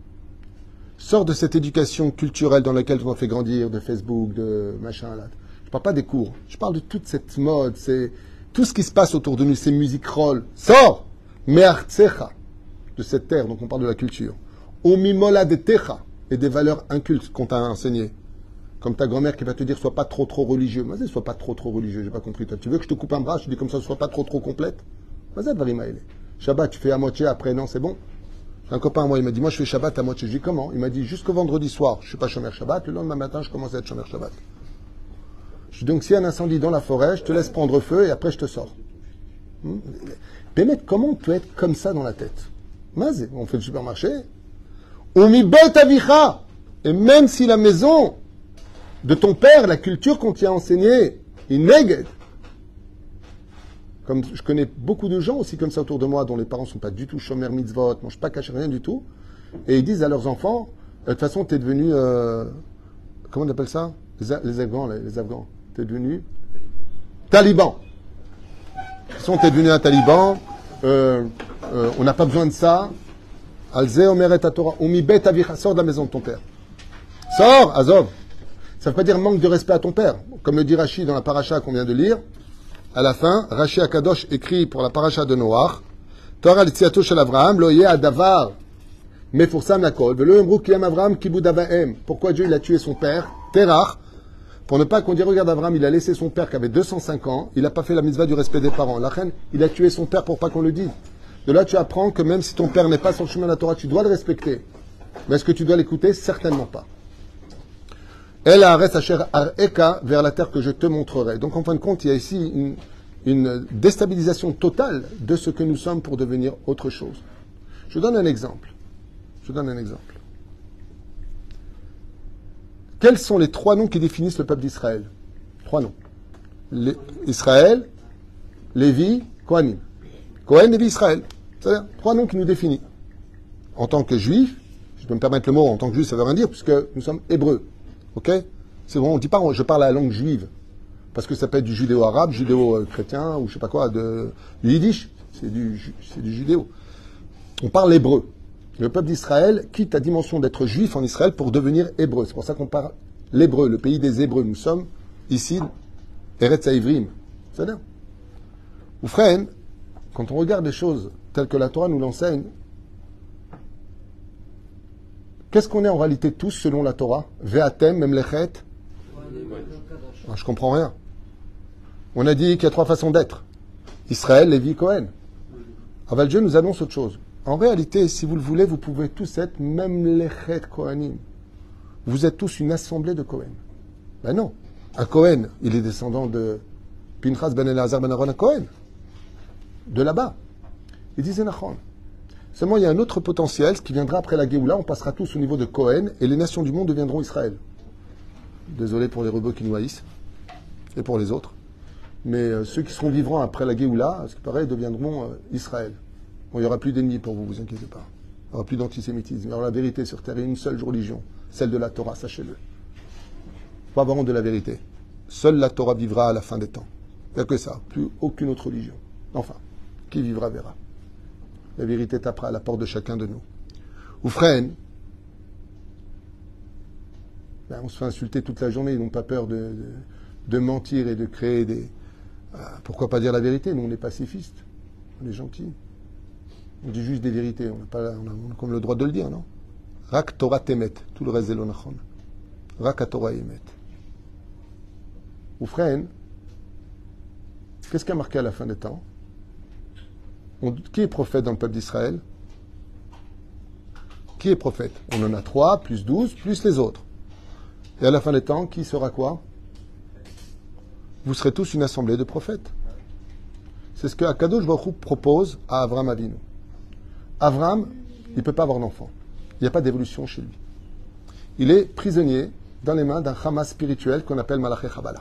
Sors de cette éducation culturelle dans laquelle on a fait grandir, de Facebook, de machin là. Je parle pas des cours. Je parle de toute cette mode, c'est tout ce qui se passe autour de nous, ces musiques roll. Sors! Me'artsecha, de cette terre, donc on parle de la culture. Omimola de techa, et des valeurs incultes qu'on t'a enseignées. Comme ta grand-mère qui va te dire, sois pas trop religieux. Vas-y, sois pas trop religieux, j'ai pas compris. Toi, tu veux que je te coupe un bras, je te dis comme ça, sois pas trop complète. Vas-y, Varimaïle. Shabbat, tu fais à moitié, après, non, c'est bon. J'ai un copain à moi, il m'a dit, moi, je fais Shabbat à moitié. Je dis, comment? Il m'a dit, jusqu'au vendredi soir, je suis pas chômeur Shabbat, le lendemain matin, je commence à être chômeur Shabbat. Je dis, donc, s'il y a un incendie dans la forêt, je te laisse prendre feu et après, je te sors. Mais comment on peut être comme ça dans la tête? Mazé, on fait le supermarché. On mi avicha. Et même si la maison de ton père, la culture qu'on t'y a enseignée, est neged. Comme je connais beaucoup de gens aussi comme ça autour de moi, dont les parents ne sont pas du tout shomer mitzvot, ne mangent pas caché rien du tout, et ils disent à leurs enfants, de toute façon, tu es devenu, comment on appelle ça? Les Afghans, tu es devenu taliban. façon, tu es devenu un taliban, on n'a pas besoin de ça. Alze omeret Torah, umi bet avicha, sors de la maison de ton père. Sors, Azov. Ça ne veut pas dire manque de respect à ton père. Comme le dit Rashi dans la paracha qu'on vient de lire, à la fin, Rashi Akadosh écrit pour la paracha de Noach, Torah l'tziato shel Avraham, lo yeh adavar, mefursam lakol, velo yomru ki yam Avraham kibud avahem. Pourquoi Dieu il a tué son père, Terach, pour ne pas qu'on dise, regarde Avraham, il a laissé son père qui avait 205 ans, il n'a pas fait la mitzvah du respect des parents. La reine, il a tué son père pour pas qu'on le dise. De là, tu apprends que même si ton père n'est pas sur le chemin de la Torah, tu dois le respecter. Mais est-ce que tu dois l'écouter? Certainement pas. Elle a eka vers la terre que je te montrerai. Donc en fin de compte, il y a ici une déstabilisation totale de ce que nous sommes pour devenir autre chose. Je donne un exemple. Quels sont les 3 noms qui définissent le peuple d'Israël? 3 noms. Israël, Lévi, Kohanim. Kohen, Lévi, Israël. C'est-à-dire 3 noms qui nous définissent. En tant que juif, je peux me permettre le mot en tant que juif, ça veut rien dire, puisque nous sommes hébreux. Ok? C'est bon, on dit pas, je parle la langue juive. Parce que ça peut être du judéo-arabe, judéo-chrétien, ou je sais pas quoi, du yiddish. C'est du judéo. On parle hébreu. Le peuple d'Israël quitte la dimension d'être juif en Israël pour devenir hébreu. C'est pour ça qu'on parle l'hébreu, le pays des hébreux. Nous sommes ici, Eretz Haïvrim. C'est-à-dire, ou frère, quand on regarde les choses telles que la Torah nous l'enseigne, qu'est-ce qu'on est en réalité tous selon la Torah? Ve'atem, memlechet. Je comprends rien. On a dit qu'il y a 3 façons d'être. Israël, Lévi, Cohen. Aval Dieu nous annonce autre chose. En réalité, si vous le voulez, vous pouvez tous être memlechet Kohanim. Vous êtes tous une assemblée de Cohen. Ben non. Un Cohen, il est descendant de Pinchas ben Elazar ben Aaron à Cohen. De là-bas. Il disait Nachon. Seulement, il y a un autre potentiel qui viendra après la Géoula. On passera tous au niveau de Cohen et les nations du monde deviendront Israël. Désolé pour les robots qui nous haïssent et pour les autres. Mais ceux qui seront vivants après la Géoula, ce qui paraît, deviendront Israël. Bon, il n'y aura plus d'ennemis pour vous, vous inquiétez pas. Il n'y aura plus d'antisémitisme. Il y aura la vérité sur terre et une seule religion, celle de la Torah, sachez-le. Pas avoir honte de la vérité. Seule la Torah vivra à la fin des temps. Il n'y a que ça, plus aucune autre religion. Enfin, qui vivra verra. La vérité tapera à la porte de chacun de nous. Ou frère, on se fait insulter toute la journée, ils n'ont pas peur de mentir et de créer des... pourquoi pas dire la vérité? Nous, on est pacifistes, on est gentils. On dit juste des vérités, on a comme le droit de le dire, non? Rak Torah temet, tout le reste est l'onachon. Rak Torah emet. Ou frère, qu'est-ce qui a marqué à la fin des temps? Qui est prophète dans le peuple d'Israël? Qui est prophète? On en a 3, plus 12, plus les autres. Et à la fin des temps, qui sera quoi? Vous serez tous une assemblée de prophètes. C'est ce que Akadosh Baruch Hu propose à Avraham Avinu. Avraham, il ne peut pas avoir d'enfant. Il n'y a pas d'évolution chez lui. Il est prisonnier dans les mains d'un Hamas spirituel qu'on appelle Malaché Chabala.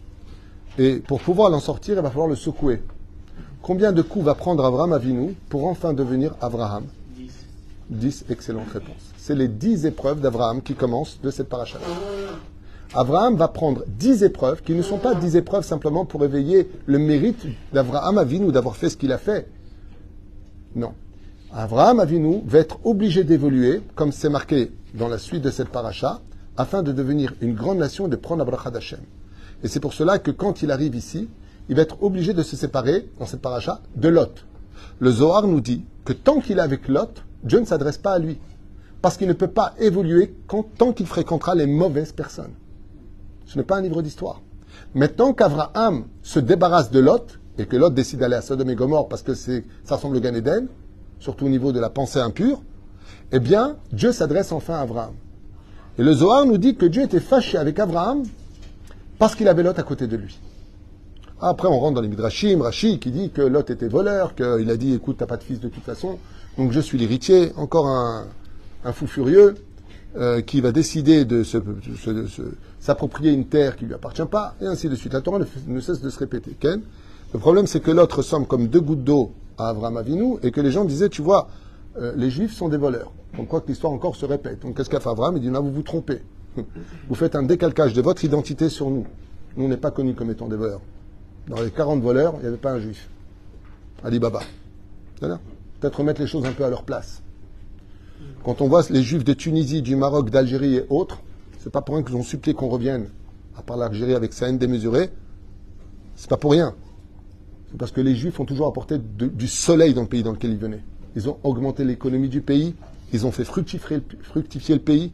Et pour pouvoir l'en sortir, il va falloir le secouer. Combien de coups va prendre Avraham Avinu pour enfin devenir Avraham? 10 excellentes réponses. C'est les 10 épreuves d'Avraham qui commencent de cette paracha. Avraham va prendre 10 épreuves qui ne sont pas 10 épreuves simplement pour éveiller le mérite d'Avraham Avinu d'avoir fait ce qu'il a fait. Non. Avraham Avinu va être obligé d'évoluer, comme c'est marqué dans la suite de cette paracha, afin de devenir une grande nation et de prendre la bracha d'Hachem. Et c'est pour cela que quand il arrive ici, il va être obligé de se séparer, dans cette paracha, de Lot. Le Zohar nous dit que tant qu'il est avec Lot, Dieu ne s'adresse pas à lui. Parce qu'il ne peut pas évoluer tant qu'il fréquentera les mauvaises personnes. Ce n'est pas un livre d'histoire. Maintenant qu'Avraham se débarrasse de Lot, et que Lot décide d'aller à Sodome et Gomorrhe parce que ça ressemble au Gan Eden, surtout au niveau de la pensée impure, eh bien, Dieu s'adresse enfin à Avraham. Et le Zohar nous dit que Dieu était fâché avec Avraham parce qu'il avait Lot à côté de lui. Après, on rentre dans les Midrashim, Rashi qui dit que Lot était voleur, qu'il a dit, écoute, t'as pas de fils de toute façon, donc je suis l'héritier. Encore un fou furieux qui va décider de s'approprier une terre qui lui appartient pas, et ainsi de suite. La Torah ne cesse de se répéter. Ken. Le problème, c'est que Lot ressemble comme 2 gouttes d'eau à Avraham Avinu, et que les gens disaient, tu vois, les Juifs sont des voleurs. On croit que l'histoire encore se répète. Donc qu'est-ce qu'a fait Avraham? Il dit, non, vous vous trompez. Vous faites un décalcage de votre identité sur nous. Nous, on n'est pas connus comme étant des voleurs. Dans les 40 voleurs, il n'y avait pas un juif. Alibaba. Peut-être remettre les choses un peu à leur place. Quand on voit les Juifs de Tunisie, du Maroc, d'Algérie et autres, c'est pas pour rien qu'ils ont supplié qu'on revienne, à part l'Algérie avec sa haine démesurée, c'est pas pour rien. C'est parce que les Juifs ont toujours apporté du soleil dans le pays dans lequel ils venaient. Ils ont augmenté l'économie du pays, ils ont fait fructifier le pays.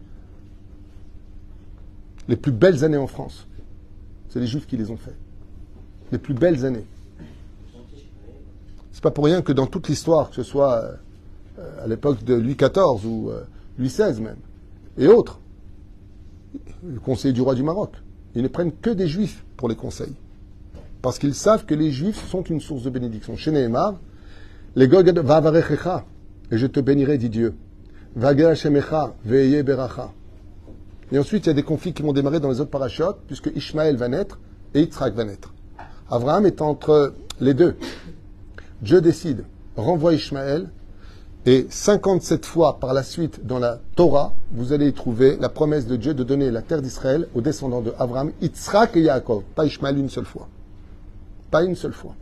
Les plus belles années en France, c'est les Juifs qui les ont fait. Les plus belles années. C'est pas pour rien que dans toute l'histoire, que ce soit à l'époque de Louis XIV ou Louis XVI même, et autres, le conseiller du roi du Maroc, ils ne prennent que des Juifs pour les conseils. Parce qu'ils savent que les Juifs sont une source de bénédiction. Chez Nehemar, les Gogad va'avarechecha, et je te bénirai, dit Dieu. Va'ger shemecha, ve'eye beracha. Et ensuite, il y a des conflits qui vont démarrer dans les autres parachutes, puisque Ishmaël va naître et Yitzhak va naître. Abraham est entre les deux. Dieu décide, renvoie Ishmaël, et 57 fois par la suite dans la Torah, vous allez trouver la promesse de Dieu de donner la terre d'Israël aux descendants de Abraham, Yitzhak et Yaakov. Pas Ishmaël une seule fois. Pas une seule fois.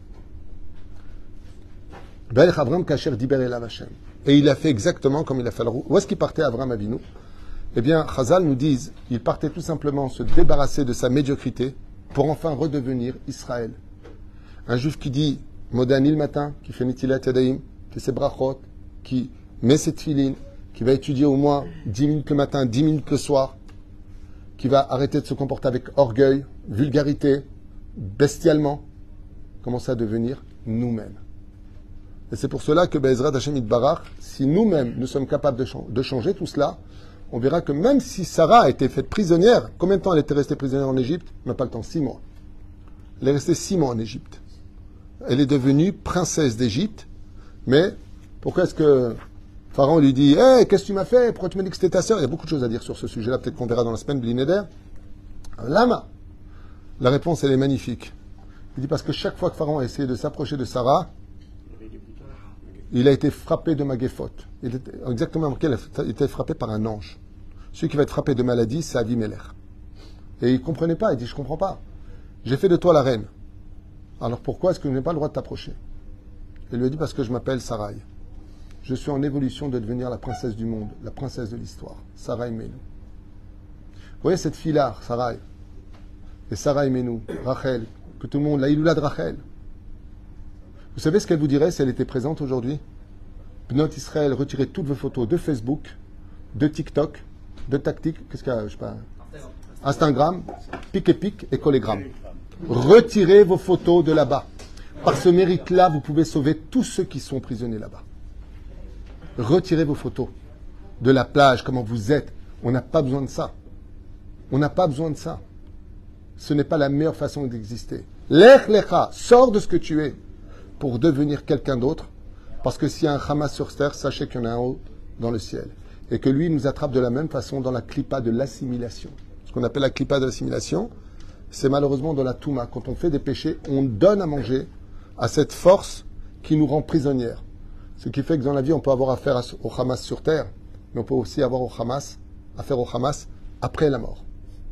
Et il a fait exactement comme il a fait. Alors, où est-ce qu'il partait Abraham Avinu? Eh bien, Chazal nous disent, il partait tout simplement se débarrasser de sa médiocrité pour enfin redevenir Israël. Un juif qui dit Modani le matin, qui fait Nitilat Yadayim, qui fait ses brachot, qui met ses tefilines, qui va étudier au moins 10 minutes le matin, 10 minutes le soir, qui va arrêter de se comporter avec orgueil, vulgarité, bestialement, commence à devenir nous-mêmes. Et c'est pour cela que Be'ezrat Hashem Yitbarach, si nous-mêmes nous sommes capables de changer tout cela, on verra que même si Sarah a été faite prisonnière, combien de temps elle était restée prisonnière en Égypte? On n'a pas le temps, 6 mois. Elle est restée 6 mois en Égypte. Elle est devenue princesse d'Égypte, mais pourquoi est-ce que Pharaon lui dit hey, qu'est-ce que tu m'as fait? Pourquoi tu m'as dit que c'était ta sœur? Il y a beaucoup de choses à dire sur ce sujet-là, peut-être qu'on verra dans la semaine, Blineder. Lama. La réponse, elle est magnifique. Il dit parce que chaque fois que Pharaon a essayé de s'approcher de Sarah, il a été frappé de magéphot. Il était exactement marqué, il a été frappé par un ange. Celui qui va être frappé de maladie, c'est Avimelech. Et il ne comprenait pas, il dit je ne comprends pas. J'ai fait de toi la reine. Alors pourquoi est-ce que je n'ai pas le droit de t'approcher? Il lui a dit parce que je m'appelle Sarai. Je suis en évolution de devenir la princesse du monde, la princesse de l'histoire. Sarai Menou. Vous voyez cette fille-là, Sarai. Et Sarai Menou, Rachel, que tout le monde, la Iloula de Rachel. Vous savez ce qu'elle vous dirait si elle était présente aujourd'hui? Bnot Israël, retirez toutes vos photos de Facebook, de TikTok, de Tactique, qu'est-ce qu'il y a, je sais pas, Instagram, pic et collégramme. Retirez vos photos de là-bas. Par ce mérite-là, vous pouvez sauver tous ceux qui sont prisonniers là-bas. Retirez vos photos de la plage, comment vous êtes. On n'a pas besoin de ça. On n'a pas besoin de ça. Ce n'est pas la meilleure façon d'exister. Lech lecha, sors de ce que tu es pour devenir quelqu'un d'autre. Parce que s'il y a un Hamas sur terre, sachez qu'il y en a un haut dans le ciel. Et que lui nous attrape de la même façon dans la clipa de l'assimilation. Ce qu'on appelle la clipa de l'assimilation, c'est malheureusement dans la Touma. Quand on fait des péchés, on donne à manger à cette force qui nous rend prisonnières. Ce qui fait que dans la vie, on peut avoir affaire au Hamas sur terre, mais on peut aussi avoir affaire au Hamas après la mort.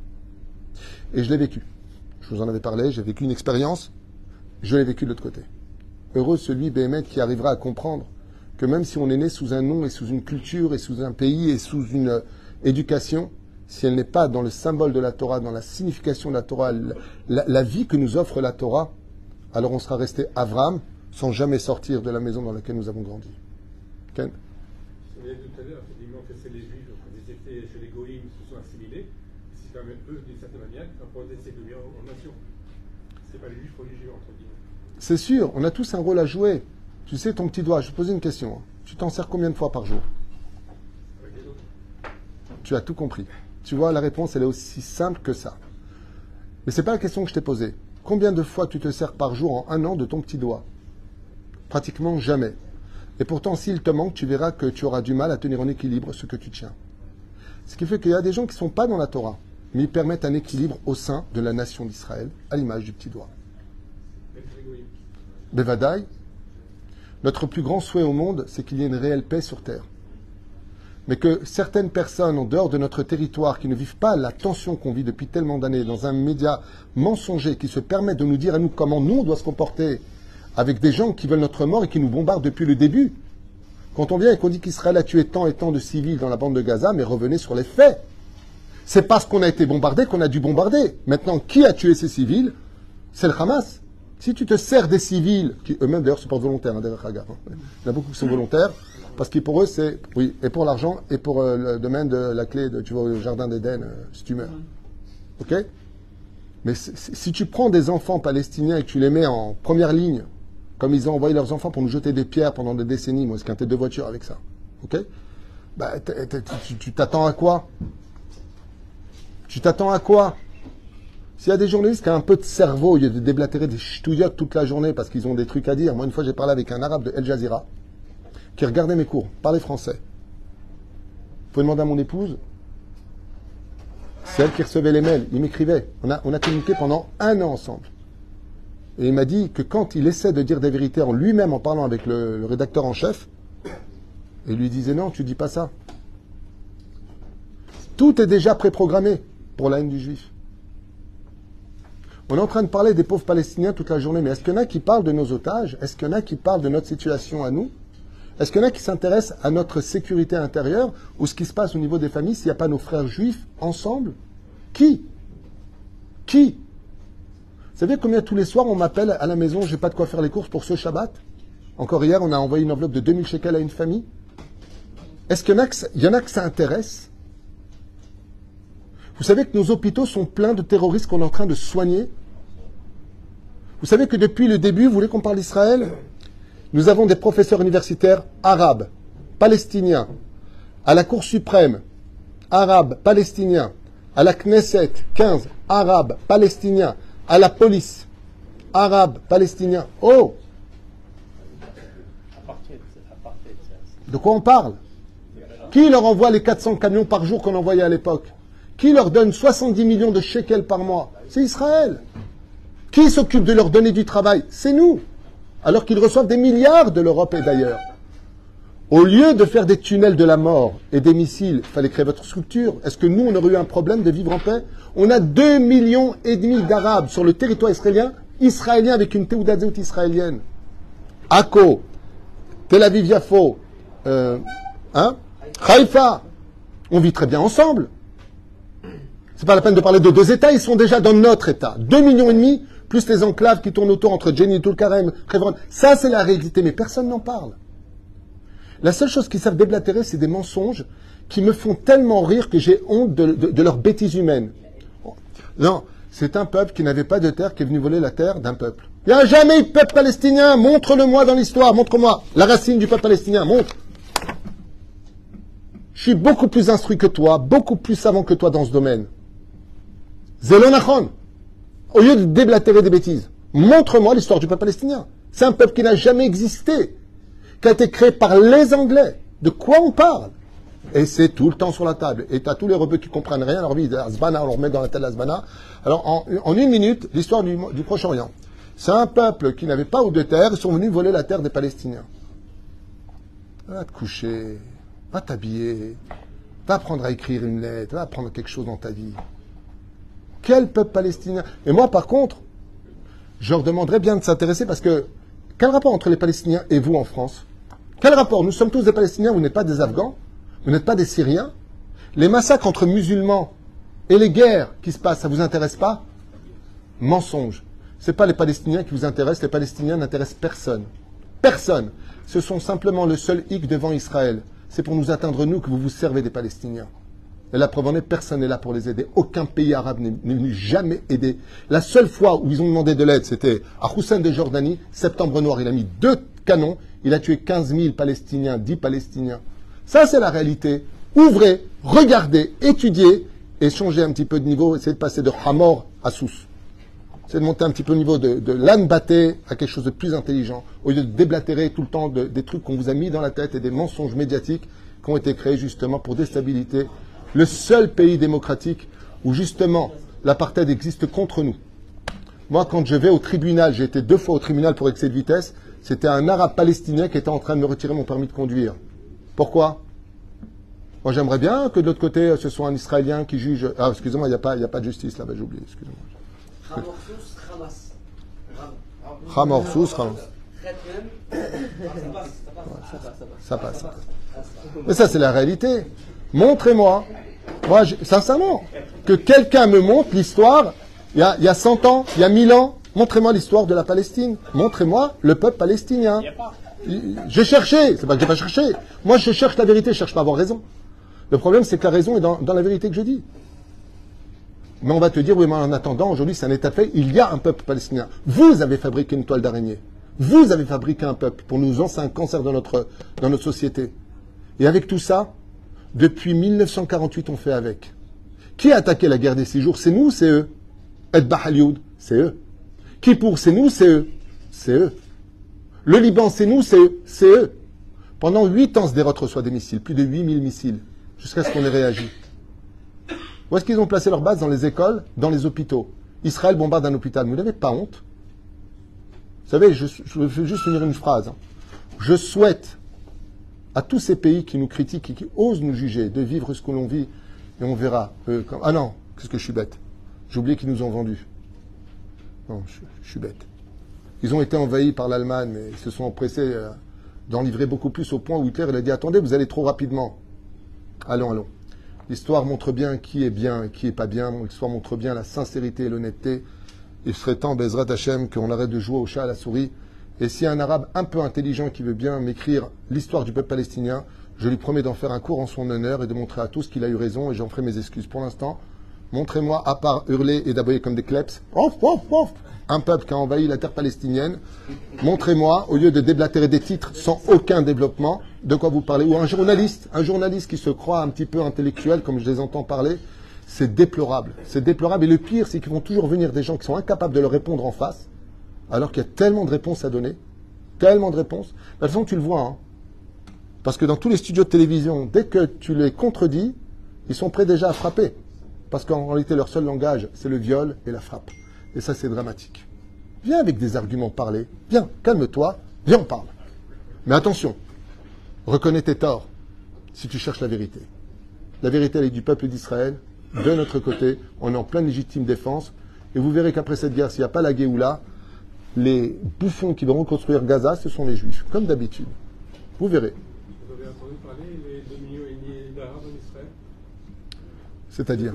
Et je l'ai vécu. Je vous en avais parlé, j'ai vécu une expérience, je l'ai vécu de l'autre côté. Heureux celui, Béhémet, qui arrivera à comprendre que même si on est né sous un nom et sous une culture et sous un pays et sous une éducation, si elle n'est pas dans le symbole de la Torah, dans la signification de la Torah, la vie que nous offre la Torah, alors on sera resté Avram sans jamais sortir de la maison dans laquelle nous avons grandi. Ken? Vous avez dit tout à l'heure, effectivement, que c'est les Juifs, quand ils étaient chez les Goïms, ils se sont assimilés. C'est quand même eux, d'une certaine manière, qui ont porté ces devenir en nation. C'est pas les Juifs religieux, entre guillemets. C'est sûr, on a tous un rôle à jouer. Tu sais, ton petit doigt, je vais te poser une question. Hein. Tu t'en sers combien de fois par jour? Avec les autres. Tu as tout compris. Tu vois, la réponse, elle est aussi simple que ça. Mais c'est pas la question que je t'ai posée. Combien de fois tu te sers par jour en un an de ton petit doigt? Pratiquement jamais. Et pourtant, s'il te manque, tu verras que tu auras du mal à tenir en équilibre ce que tu tiens. Ce qui fait qu'il y a des gens qui ne sont pas dans la Torah, mais ils permettent un équilibre au sein de la nation d'Israël, à l'image du petit doigt. Bevadaï, notre plus grand souhait au monde, c'est qu'il y ait une réelle paix sur terre. Mais que certaines personnes en dehors de notre territoire qui ne vivent pas la tension qu'on vit depuis tellement d'années dans un média mensonger qui se permet de nous dire à nous comment nous on doit se comporter avec des gens qui veulent notre mort et qui nous bombardent depuis le début. Quand on vient et qu'on dit qu'Israël a tué tant et tant de civils dans la bande de Gaza, mais revenez sur les faits. C'est parce qu'on a été bombardé qu'on a dû bombarder. Maintenant, qui a tué ces civils? C'est le Hamas. Si tu te sers des civils, qui eux-mêmes d'ailleurs sont pas volontaires, hein, derrière Hagar, hein. Il y en a beaucoup qui sont volontaires, parce que pour eux c'est, oui, et pour l'argent, et pour le domaine de la clé, tu vois, le jardin d'Éden, si tu meurs. Ok? Mais si tu prends des enfants palestiniens et que tu les mets en première ligne, comme ils ont envoyé leurs enfants pour nous jeter des pierres pendant des décennies, moi, c'est qu'un tête de voiture avec ça. Ok? Bah, tu t'attends à quoi? Tu t'attends à quoi? S'il y a des journalistes qui ont un peu de cerveau, il y a de déblatérer des ch'touillottes toute la journée parce qu'ils ont des trucs à dire. Moi, une fois, j'ai parlé avec un arabe de El Jazeera qui regardait mes cours, parlait français. Vous pouvez demander à mon épouse, c'est elle qui recevait les mails, il m'écrivait. On a communiqué pendant 1 an ensemble. Et il m'a dit que quand il essaie de dire des vérités en lui-même, en parlant avec le rédacteur en chef, il lui disait non, tu dis pas ça. Tout est déjà préprogrammé pour la haine du juif. On est en train de parler des pauvres Palestiniens toute la journée, mais est-ce qu'il y en a qui parlent de nos otages? Est-ce qu'il y en a qui parlent de notre situation à nous? Est-ce qu'il y en a qui s'intéressent à notre sécurité intérieure ou ce qui se passe au niveau des familles s'il n'y a pas nos frères juifs ensemble? Qui? Vous savez combien tous les soirs on m'appelle à la maison, j'ai pas de quoi faire les courses pour ce Shabbat? Encore hier, on a envoyé une enveloppe de 2000 shekels à une famille. Est-ce qu'il y en a que ça intéresse? Vous savez que nos hôpitaux sont pleins de terroristes qu'on est en train de soigner? Vous savez que depuis le début, vous voulez qu'on parle d'Israël? Nous avons des professeurs universitaires arabes, palestiniens, à la Cour suprême, arabes, palestiniens, à la Knesset, 15, arabes, palestiniens, à la police, arabes, palestiniens. Oh! De quoi on parle? Qui leur envoie les 400 camions par jour qu'on envoyait à l'époque? Qui leur donne 70 millions de shekels par mois? C'est Israël. Qui s'occupe de leur donner du travail? C'est nous. Alors qu'ils reçoivent des milliards de l'Europe et d'ailleurs. Au lieu de faire des tunnels de la mort et des missiles, il fallait créer votre structure. Est-ce que nous, on aurait eu un problème de vivre en paix? On a 2,5 millions d'Arabes sur le territoire israélien avec une Théouda Zéout israélienne. Akko, Tel Aviv Yafo, Haïfa. On vit très bien ensemble. C'est pas la peine de parler de 2 États, ils sont déjà dans notre État. 2,5 millions, plus les enclaves qui tournent autour entre Jenny, Tulkarem, Hebron. Ça, c'est la réalité, mais personne n'en parle. La seule chose qu'ils savent déblatérer, c'est des mensonges qui me font tellement rire que j'ai honte de leur bêtise humaine. Non, c'est un peuple qui n'avait pas de terre qui est venu voler la terre d'un peuple. Il n'y a jamais eu de peuple palestinien. Montre-le-moi dans l'histoire. Montre-moi la racine du peuple palestinien. Montre. Je suis beaucoup plus instruit que toi, beaucoup plus savant que toi dans ce domaine. Zelonachon. Au lieu de déblatérer des bêtises, montre-moi l'histoire du peuple palestinien. C'est un peuple qui n'a jamais existé, qui a été créé par les Anglais. De quoi on parle? Et c'est tout le temps sur la table. Et tu as tous les rebeux qui comprennent rien, alors oui, Asbana, on leur met dans la tête l'Asbana. Alors en 1 minute, l'histoire du Proche-Orient. C'est un peuple qui n'avait pas ou de terre, ils sont venus voler la terre des Palestiniens. Va te coucher, va t'habiller, va apprendre à écrire une lettre, va apprendre quelque chose dans ta vie. Quel peuple palestinien? Et moi, par contre, je leur demanderais bien de s'intéresser parce que quel rapport entre les Palestiniens et vous en France? Quel rapport? Nous sommes tous des Palestiniens, vous n'êtes pas des Afghans, vous n'êtes pas des Syriens. Les massacres entre musulmans et les guerres qui se passent, ça ne vous intéresse pas? Mensonge. Ce n'est pas les Palestiniens qui vous intéressent, les Palestiniens n'intéressent personne. Personne. Ce sont simplement le seul hic devant Israël. C'est pour nous atteindre, nous, que vous vous servez des Palestiniens. Et la preuve en est, personne n'est là pour les aider. Aucun pays arabe n'est venu jamais aider. La seule fois où ils ont demandé de l'aide, c'était à Hussein de Jordanie, Septembre Noir. Il a mis 2 canons, il a tué 15 000 Palestiniens, 10 Palestiniens. Ça, c'est la réalité. Ouvrez, regardez, étudiez et changez un petit peu de niveau. Essayez de passer de Hamor à Sous. C'est de monter un petit peu au niveau de l'âne batté à quelque chose de plus intelligent, au lieu de déblatérer tout le temps des trucs qu'on vous a mis dans la tête et des mensonges médiatiques qui ont été créés justement pour déstabiliser le seul pays démocratique où justement l'apartheid existe contre nous. Moi, quand je vais au tribunal, j'ai été 2 fois au tribunal pour excès de vitesse, c'était un arabe palestinien qui était en train de me retirer mon permis de conduire. Pourquoi? Moi, j'aimerais bien que de l'autre côté, ce soit un Israélien qui juge... Ah, excusez-moi, il n'y a pas de justice là-bas, j'ai oublié, excusez-moi. Hamorsous, Hamas. traite même. Ça passe. Mais ça, c'est la réalité. Montrez-moi, moi, sincèrement, que quelqu'un me montre l'histoire, il y a 100 ans, il y a 1000 ans, montrez-moi l'histoire de la Palestine. Montrez-moi le peuple palestinien. J'ai cherché, c'est pas que j'ai pas cherché. Moi, je cherche la vérité, je cherche pas à avoir raison. Le problème, c'est que la raison est dans la vérité que je dis. Mais on va te dire, oui, mais en attendant, aujourd'hui, c'est un état de fait, il y a un peuple palestinien. Vous avez fabriqué une toile d'araignée. Vous avez fabriqué un peuple pour nous lancer un cancer dans notre société. Et avec tout ça, depuis 1948, on fait avec. Qui a attaqué la guerre des 6 jours? C'est nous ou c'est eux? Etbah al-Youd, c'est eux. Kippour, c'est nous, c'est eux. C'est eux. Le Liban, c'est nous, c'est eux. C'est eux. Pendant 8 ans, Sderot reçoit des missiles, plus de 8000 missiles, jusqu'à ce qu'on ait réagi. Où est-ce qu'ils ont placé leur base? Dans les écoles, dans les hôpitaux. Israël bombarde un hôpital. Vous n'avez pas honte? Vous savez, je vais juste finir une phrase. Je souhaite à tous ces pays qui nous critiquent et qui osent nous juger de vivre ce que l'on vit, et on verra. Ah non, qu'est-ce que je suis bête. J'ai oublié qu'ils nous ont vendus. Non, je suis bête. Ils ont été envahis par l'Allemagne, mais ils se sont empressés d'en livrer beaucoup plus au point où Hitler il a dit « Attendez, vous allez trop rapidement. Allons. » L'histoire montre bien qui est bien et qui n'est pas bien. L'histoire montre bien la sincérité et l'honnêteté. Il serait temps, Bezrat Hashem, qu'on arrête de jouer au chat à la souris. Et s'il y a un arabe un peu intelligent qui veut bien m'écrire l'histoire du peuple palestinien, je lui promets d'en faire un cours en son honneur et de montrer à tous qu'il a eu raison et j'en ferai mes excuses. Pour l'instant, montrez-moi, à part hurler et d'aboyer comme des kleps, un peuple qui a envahi la terre palestinienne. Montrez-moi, au lieu de déblatérer des titres sans aucun développement, de quoi vous parlez. Ou un journaliste qui se croit un petit peu intellectuel, comme je les entends parler. C'est déplorable. C'est déplorable. Et le pire, c'est qu'ils vont toujours venir des gens qui sont incapables de leur répondre en face, alors qu'il y a tellement de réponses à donner. Tellement de réponses. De toute façon, tu le vois. Hein. Parce que dans tous les studios de télévision, dès que tu les contredis, ils sont prêts déjà à frapper. Parce qu'en réalité, leur seul langage, c'est le viol et la frappe. Et ça, c'est dramatique. Viens avec des arguments parlés. Viens, calme-toi. Viens, on parle. Mais attention, reconnais tes torts si tu cherches la vérité. La vérité, elle est du peuple d'Israël. De notre côté, on est en pleine légitime défense. Et vous verrez qu'après cette guerre, s'il n'y a pas la Géoula, les bouffons qui vont reconstruire Gaza, ce sont les Juifs, comme d'habitude. Vous verrez. Vous avez entendu parler des 2,5 millions d'Arabes en Israël? C'est-à-dire?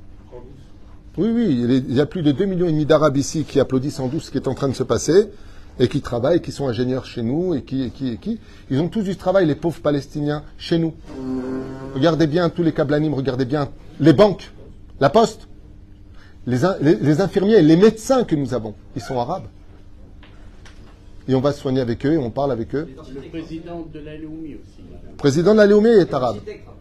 Oui, il y a plus de 2,5 millions d'Arabes ici qui applaudissent en douce ce qui est en train de se passer et qui travaillent, qui sont ingénieurs chez nous et qui. Ils ont tous du travail, les pauvres Palestiniens, chez nous. Regardez bien tous les Kablanim, regardez bien les banques, la poste, les infirmiers, les médecins que nous avons, ils sont arabes. Et on va se soigner avec eux et on parle avec eux. Le président de la Léoumi aussi. Le président de la Léoumi est arabe.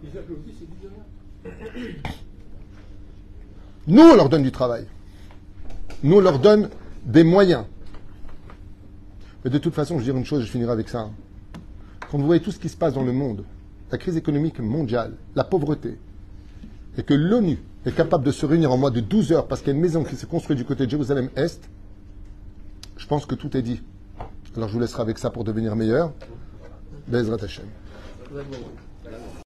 Nous, on leur donne du travail. Nous, on leur donne des moyens. Mais de toute façon, je vais dire une chose, je finirai avec ça. Quand vous voyez tout ce qui se passe dans le monde, la crise économique mondiale, la pauvreté, et que l'ONU est capable de se réunir en moins de 12 heures parce qu'il y a une maison qui s'est construite du côté de Jérusalem-Est, je pense que tout est dit. Alors je vous laisserai avec ça pour devenir meilleur. Bezrat Hashem.